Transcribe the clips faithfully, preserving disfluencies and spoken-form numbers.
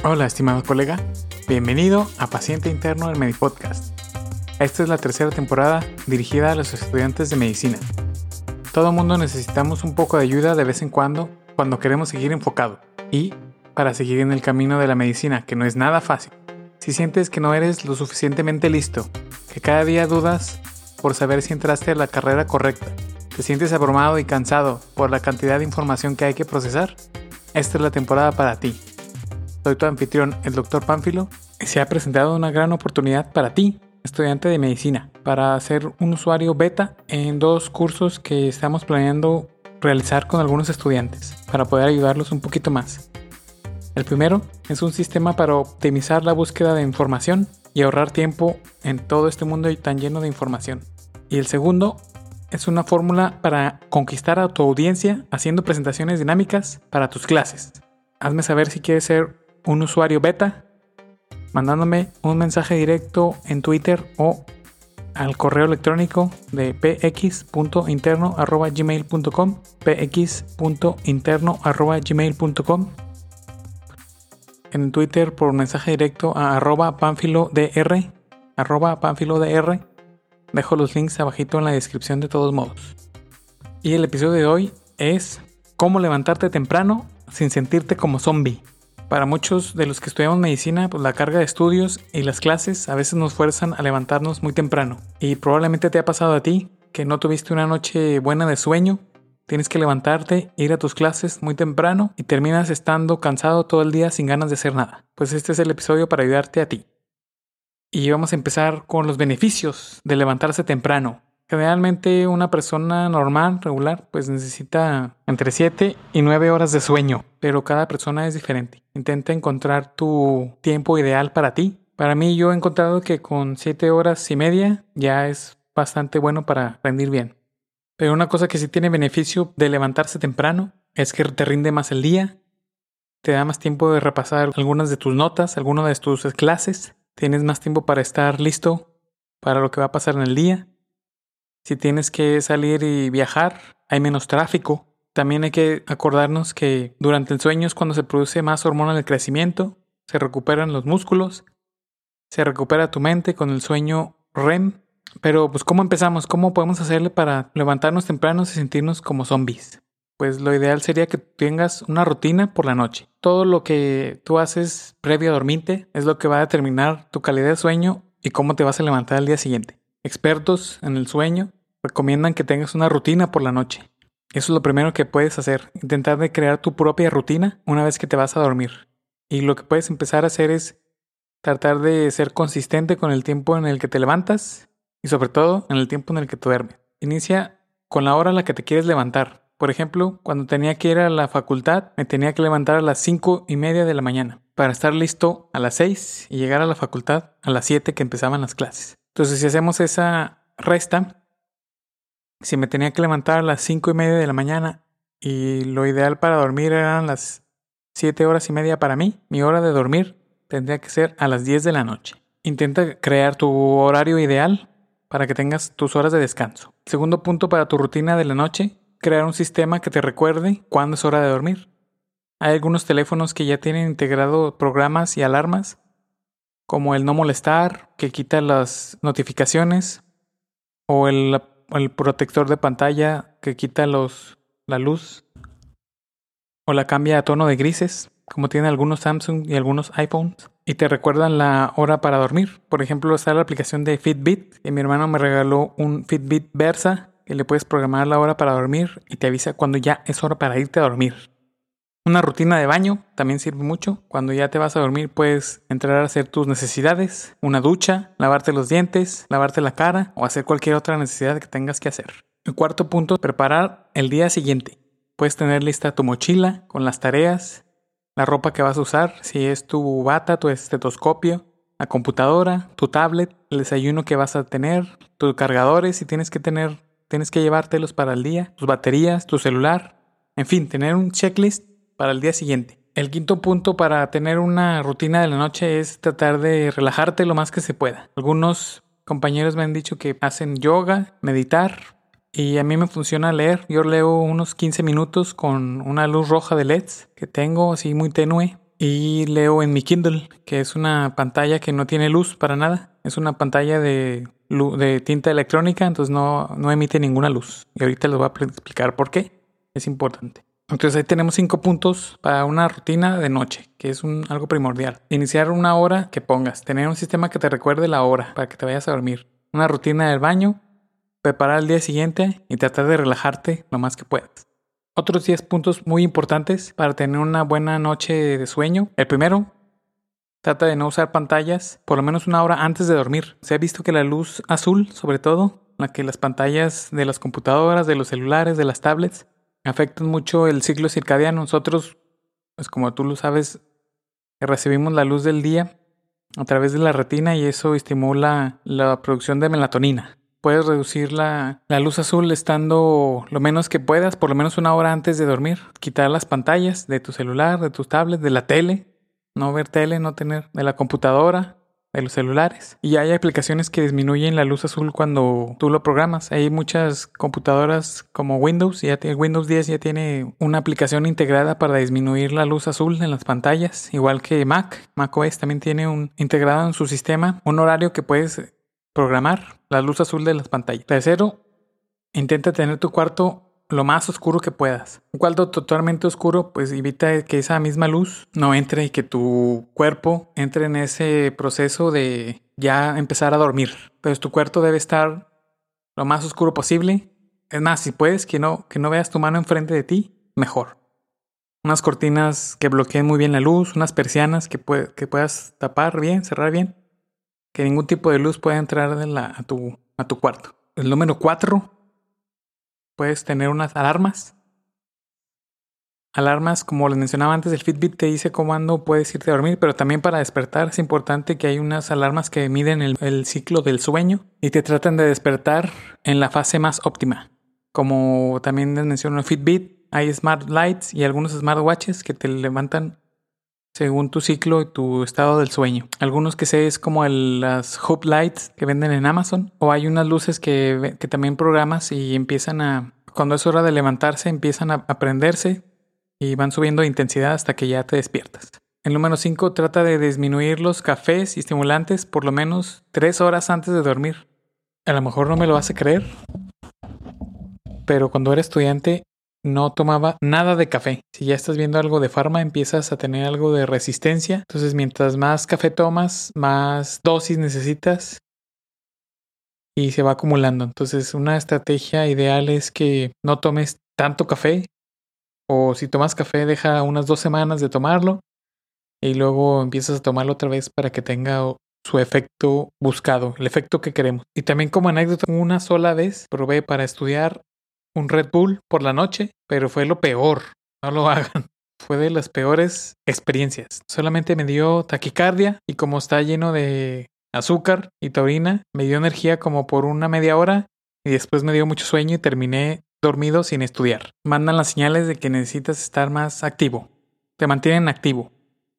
Hola, estimado colega. Bienvenido a Paciente Interno del Medipodcast. Esta es la tercera temporada dirigida a los estudiantes de medicina. Todo mundo necesitamos un poco de ayuda de vez en cuando cuando queremos seguir enfocado y para seguir en el camino de la medicina, que no es nada fácil. Si sientes que no eres lo suficientemente listo, que cada día dudas por saber si entraste a la carrera correcta, te sientes abrumado y cansado por la cantidad de información que hay que procesar, esta es la temporada para ti. Soy tu anfitrión, el doctor Pánfilo, y se ha presentado una gran oportunidad para ti, estudiante de medicina, para ser un usuario beta en dos cursos que estamos planeando realizar con algunos estudiantes, para poder ayudarlos un poquito más. El primero es un sistema para optimizar la búsqueda de información y ahorrar tiempo en todo este mundo tan lleno de información. Y el segundo es una fórmula para conquistar a tu audiencia haciendo presentaciones dinámicas para tus clases. Hazme saber si quieres ser un usuario beta, mandándome un mensaje directo en Twitter o al correo electrónico de p x punto interno arroba gmail punto com, p x punto interno arroba gmail punto com, en Twitter por mensaje directo a arroba panfilodr, arroba panfilodr. Dejo los links abajito en la descripción de todos modos. Y el episodio de hoy es cómo levantarte temprano sin sentirte como zombie. Para muchos de los que estudiamos medicina, pues la carga de estudios y las clases a veces nos fuerzan a levantarnos muy temprano. Y probablemente te ha pasado a ti que no tuviste una noche buena de sueño, tienes que levantarte, ir a tus clases muy temprano y terminas estando cansado todo el día sin ganas de hacer nada. Pues este es el episodio para ayudarte a ti. Y vamos a empezar con los beneficios de levantarse temprano. Generalmente una persona normal, regular, pues necesita entre siete y nueve horas de sueño, pero cada persona es diferente. Intenta encontrar tu tiempo ideal para ti. Para mí yo he encontrado que con siete horas y media ya es bastante bueno para rendir bien. Pero una cosa que sí tiene beneficio de levantarse temprano es que te rinde más el día, te da más tiempo de repasar algunas de tus notas, algunas de tus clases, tienes más tiempo para estar listo para lo que va a pasar en el día. Si tienes que salir y viajar, hay menos tráfico. También hay que acordarnos que durante el sueño es cuando se produce más hormona del crecimiento, se recuperan los músculos, se recupera tu mente con el sueño R E M. Pero pues ¿cómo empezamos? ¿Cómo podemos hacerle para levantarnos temprano y sentirnos como zombies? Pues lo ideal sería que tengas una rutina por la noche. Todo lo que tú haces previo a dormirte es lo que va a determinar tu calidad de sueño y cómo te vas a levantar al día siguiente. Expertos en el sueño recomiendan que tengas una rutina por la noche. Eso es lo primero que puedes hacer, intentar de crear tu propia rutina una vez que te vas a dormir. Y lo que puedes empezar a hacer es tratar de ser consistente con el tiempo en el que te levantas y sobre todo en el tiempo en el que te duermes. Inicia con la hora a la que te quieres levantar. Por ejemplo, cuando tenía que ir a la facultad, me tenía que levantar a las cinco y media de la mañana para estar listo a las seis y llegar a la facultad a las siete que empezaban las clases. Entonces, si hacemos esa resta, si me tenía que levantar a las cinco y media de la mañana y lo ideal para dormir eran las siete horas y media para mí, mi hora de dormir tendría que ser a las diez de la noche. Intenta crear tu horario ideal para que tengas tus horas de descanso. Segundo punto para tu rutina de la noche, crear un sistema que te recuerde cuándo es hora de dormir. Hay algunos teléfonos que ya tienen integrado programas y alarmas, como el no molestar, que quita las notificaciones, o el, el protector de pantalla que quita los, la luz, o la cambia a tono de grises, como tienen algunos Samsung y algunos iPhones, y te recuerdan la hora para dormir. Por ejemplo, está la aplicación de Fitbit, y mi hermano me regaló un Fitbit Versa, que le puedes programar la hora para dormir y te avisa cuando ya es hora para irte a dormir. Una rutina de baño también sirve mucho. Cuando ya te vas a dormir puedes entrar a hacer tus necesidades, una ducha, lavarte los dientes, lavarte la cara o hacer cualquier otra necesidad que tengas que hacer. El cuarto punto, preparar el día siguiente. Puedes tener lista tu mochila con las tareas, la ropa que vas a usar, si es tu bata, tu estetoscopio, la computadora, tu tablet, el desayuno que vas a tener, tus cargadores si tienes que tener, tienes que llevártelos para el día, tus baterías, tu celular, en fin, tener un checklist para el día siguiente. El quinto punto para tener una rutina de la noche es tratar de relajarte lo más que se pueda. Algunos compañeros me han dicho que hacen yoga, meditar, y a mí me funciona leer. Yo leo unos quince minutos con una luz roja de L E Ds que tengo así muy tenue y leo en mi Kindle, que es una pantalla que no tiene luz para nada. Es una pantalla de, de tinta electrónica, entonces no, no emite ninguna luz. Y ahorita les voy a explicar por qué. Es importante. Entonces ahí tenemos cinco puntos para una rutina de noche, que es un, algo primordial. Iniciar una hora que pongas. Tener un sistema que te recuerde la hora para que te vayas a dormir. Una rutina del baño. Preparar el día siguiente y tratar de relajarte lo más que puedas. Otros diez puntos muy importantes para tener una buena noche de sueño. El primero, trata de no usar pantallas por lo menos una hora antes de dormir. Se ha visto que la luz azul, sobre todo, la que las pantallas de las computadoras, de los celulares, de las tablets, afectan mucho el ciclo circadiano. Nosotros, pues como tú lo sabes, recibimos la luz del día a través de la retina y eso estimula la producción de melatonina. Puedes reducir la, la luz azul estando lo menos que puedas, por lo menos una hora antes de dormir. Quitar las pantallas de tu celular, de tus tablets, de la tele. No ver tele, no tener de la computadora, de los celulares. Y hay aplicaciones que disminuyen la luz azul cuando tú lo programas. Hay muchas computadoras como Windows, ya tiene, Windows diez ya tiene una aplicación integrada para disminuir la luz azul en las pantallas. Igual que Mac, macOS también tiene un integrado en su sistema un horario que puedes programar la luz azul de las pantallas. Tercero, intenta tener tu cuarto lo más oscuro que puedas. Un cuarto totalmente oscuro, pues evita que esa misma luz no entre y que tu cuerpo entre en ese proceso de ya empezar a dormir. Entonces tu cuarto debe estar lo más oscuro posible. Es más, si puedes que no, que no veas tu mano enfrente de ti, mejor. Unas cortinas que bloqueen muy bien la luz, unas persianas que, pue- que puedas tapar bien, cerrar bien. Que ningún tipo de luz pueda entrar de la, a, tu, a tu cuarto. El número cuatro, puedes tener unas alarmas. Alarmas, como les mencionaba antes, el Fitbit te dice cuándo puedes irte a dormir, pero también para despertar es importante que hay unas alarmas que miden el, el ciclo del sueño y te tratan de despertar en la fase más óptima. Como también les menciono el Fitbit, hay Smart Lights y algunos smartwatches que te levantan según tu ciclo y tu estado del sueño. Algunos que sé es como el, las Hub Lights que venden en Amazon. O hay unas luces que, que también programas y empiezan a... Cuando es hora de levantarse empiezan a, a prenderse y van subiendo de intensidad hasta que ya te despiertas. El número cinco, trata de disminuir los cafés y estimulantes por lo menos tres horas antes de dormir. A lo mejor no me lo vas a creer, pero cuando era estudiante no tomaba nada de café. Si ya estás viendo algo de farma, empiezas a tener algo de resistencia. Entonces, mientras más café tomas, más dosis necesitas y se va acumulando. Entonces, una estrategia ideal es que no tomes tanto café, o si tomas café, deja unas dos semanas de tomarlo y luego empiezas a tomarlo otra vez para que tenga su efecto buscado, el efecto que queremos. Y también como anécdota, una sola vez probé para estudiar un Red Bull por la noche, pero fue lo peor. No lo hagan. Fue de las peores experiencias. Solamente me dio taquicardia y como está lleno de azúcar y taurina, me dio energía como por una media hora y después me dio mucho sueño y terminé dormido sin estudiar. Mandan las señales de que necesitas estar más activo. Te mantienen activo.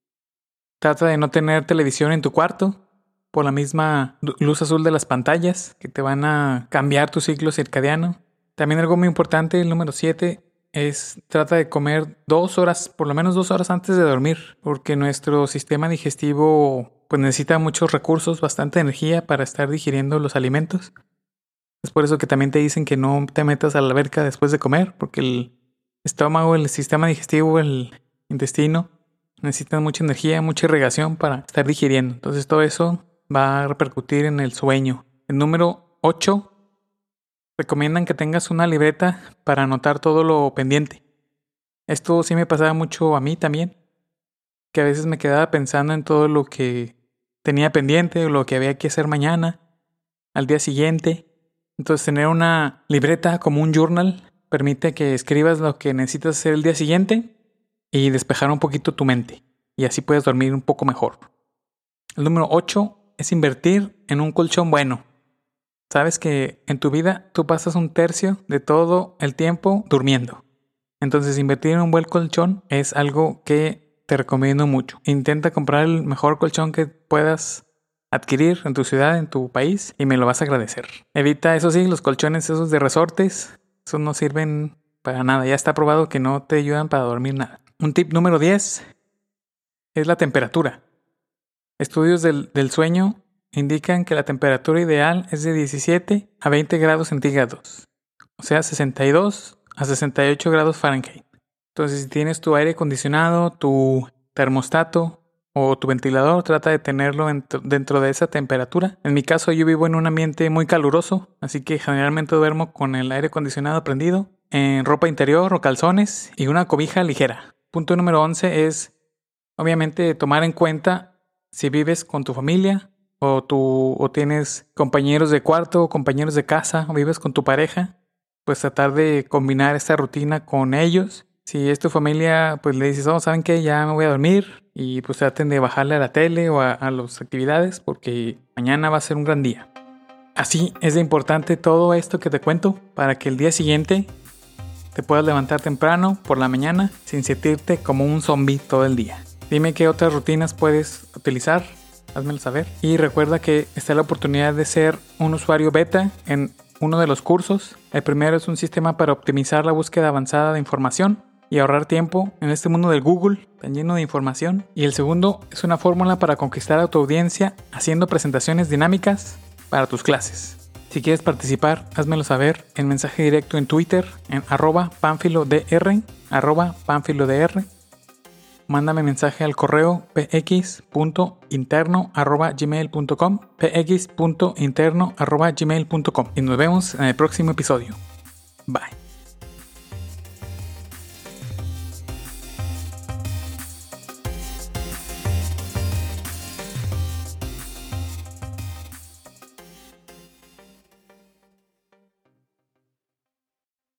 Trata de no tener televisión en tu cuarto por la misma luz azul de las pantallas que te van a cambiar tu ciclo circadiano. También algo muy importante, el número siete, es trata de comer dos horas, por lo menos dos horas antes de dormir, porque nuestro sistema digestivo pues necesita muchos recursos, bastante energía para estar digiriendo los alimentos. Es por eso que también te dicen que no te metas a la alberca después de comer, porque el estómago, el sistema digestivo, el intestino necesitan mucha energía, mucha irrigación para estar digiriendo. Entonces todo eso va a repercutir en el sueño. El número ocho, recomiendan que tengas una libreta para anotar todo lo pendiente. Esto sí me pasaba mucho a mí también, que a veces me quedaba pensando en todo lo que tenía pendiente o lo que había que hacer mañana, al día siguiente. Entonces tener una libreta como un journal permite que escribas lo que necesitas hacer el día siguiente y despejar un poquito tu mente. Y así puedes dormir un poco mejor. El número ocho es invertir en un colchón bueno. Sabes que en tu vida tú pasas un tercio de todo el tiempo durmiendo. Entonces invertir en un buen colchón es algo que te recomiendo mucho. Intenta comprar el mejor colchón que puedas adquirir en tu ciudad, en tu país, y me lo vas a agradecer. Evita, eso sí, los colchones esos de resortes. Esos no sirven para nada. Ya está probado que no te ayudan para dormir nada. Un tip número diez es la temperatura. Estudios del, del sueño indican que la temperatura ideal es de diecisiete a veinte grados centígrados, o sea, sesenta y dos a sesenta y ocho grados Fahrenheit. Entonces, si tienes tu aire acondicionado, tu termostato o tu ventilador, trata de tenerlo dentro de esa temperatura. En mi caso, yo vivo en un ambiente muy caluroso, así que generalmente duermo con el aire acondicionado prendido, en ropa interior o calzones y una cobija ligera. Punto número once es, obviamente, tomar en cuenta si vives con tu familia o, tu, o tienes compañeros de cuarto o compañeros de casa o vives con tu pareja, pues tratar de combinar esta rutina con ellos. Si es tu familia, pues le dices, oh, ¿saben qué? Ya me voy a dormir. Y pues traten de bajarle a la tele o a, a las actividades porque mañana va a ser un gran día. Así es de importante todo esto que te cuento para que el día siguiente te puedas levantar temprano por la mañana sin sentirte como un zombie todo el día. Dime qué otras rutinas puedes utilizar, házmelo saber. Y recuerda que está la oportunidad de ser un usuario beta en uno de los cursos. El primero es un sistema para optimizar la búsqueda avanzada de información y ahorrar tiempo en este mundo del Google tan lleno de información. Y el segundo es una fórmula para conquistar a tu audiencia haciendo presentaciones dinámicas para tus clases. Si quieres participar, házmelo saber en mensaje directo en Twitter en arroba panfilodr, arroba panfilodr. Mándame mensaje al correo px punto interno arroba gmail punto com, px punto interno arroba gmail punto com, y nos vemos en el próximo episodio. Bye.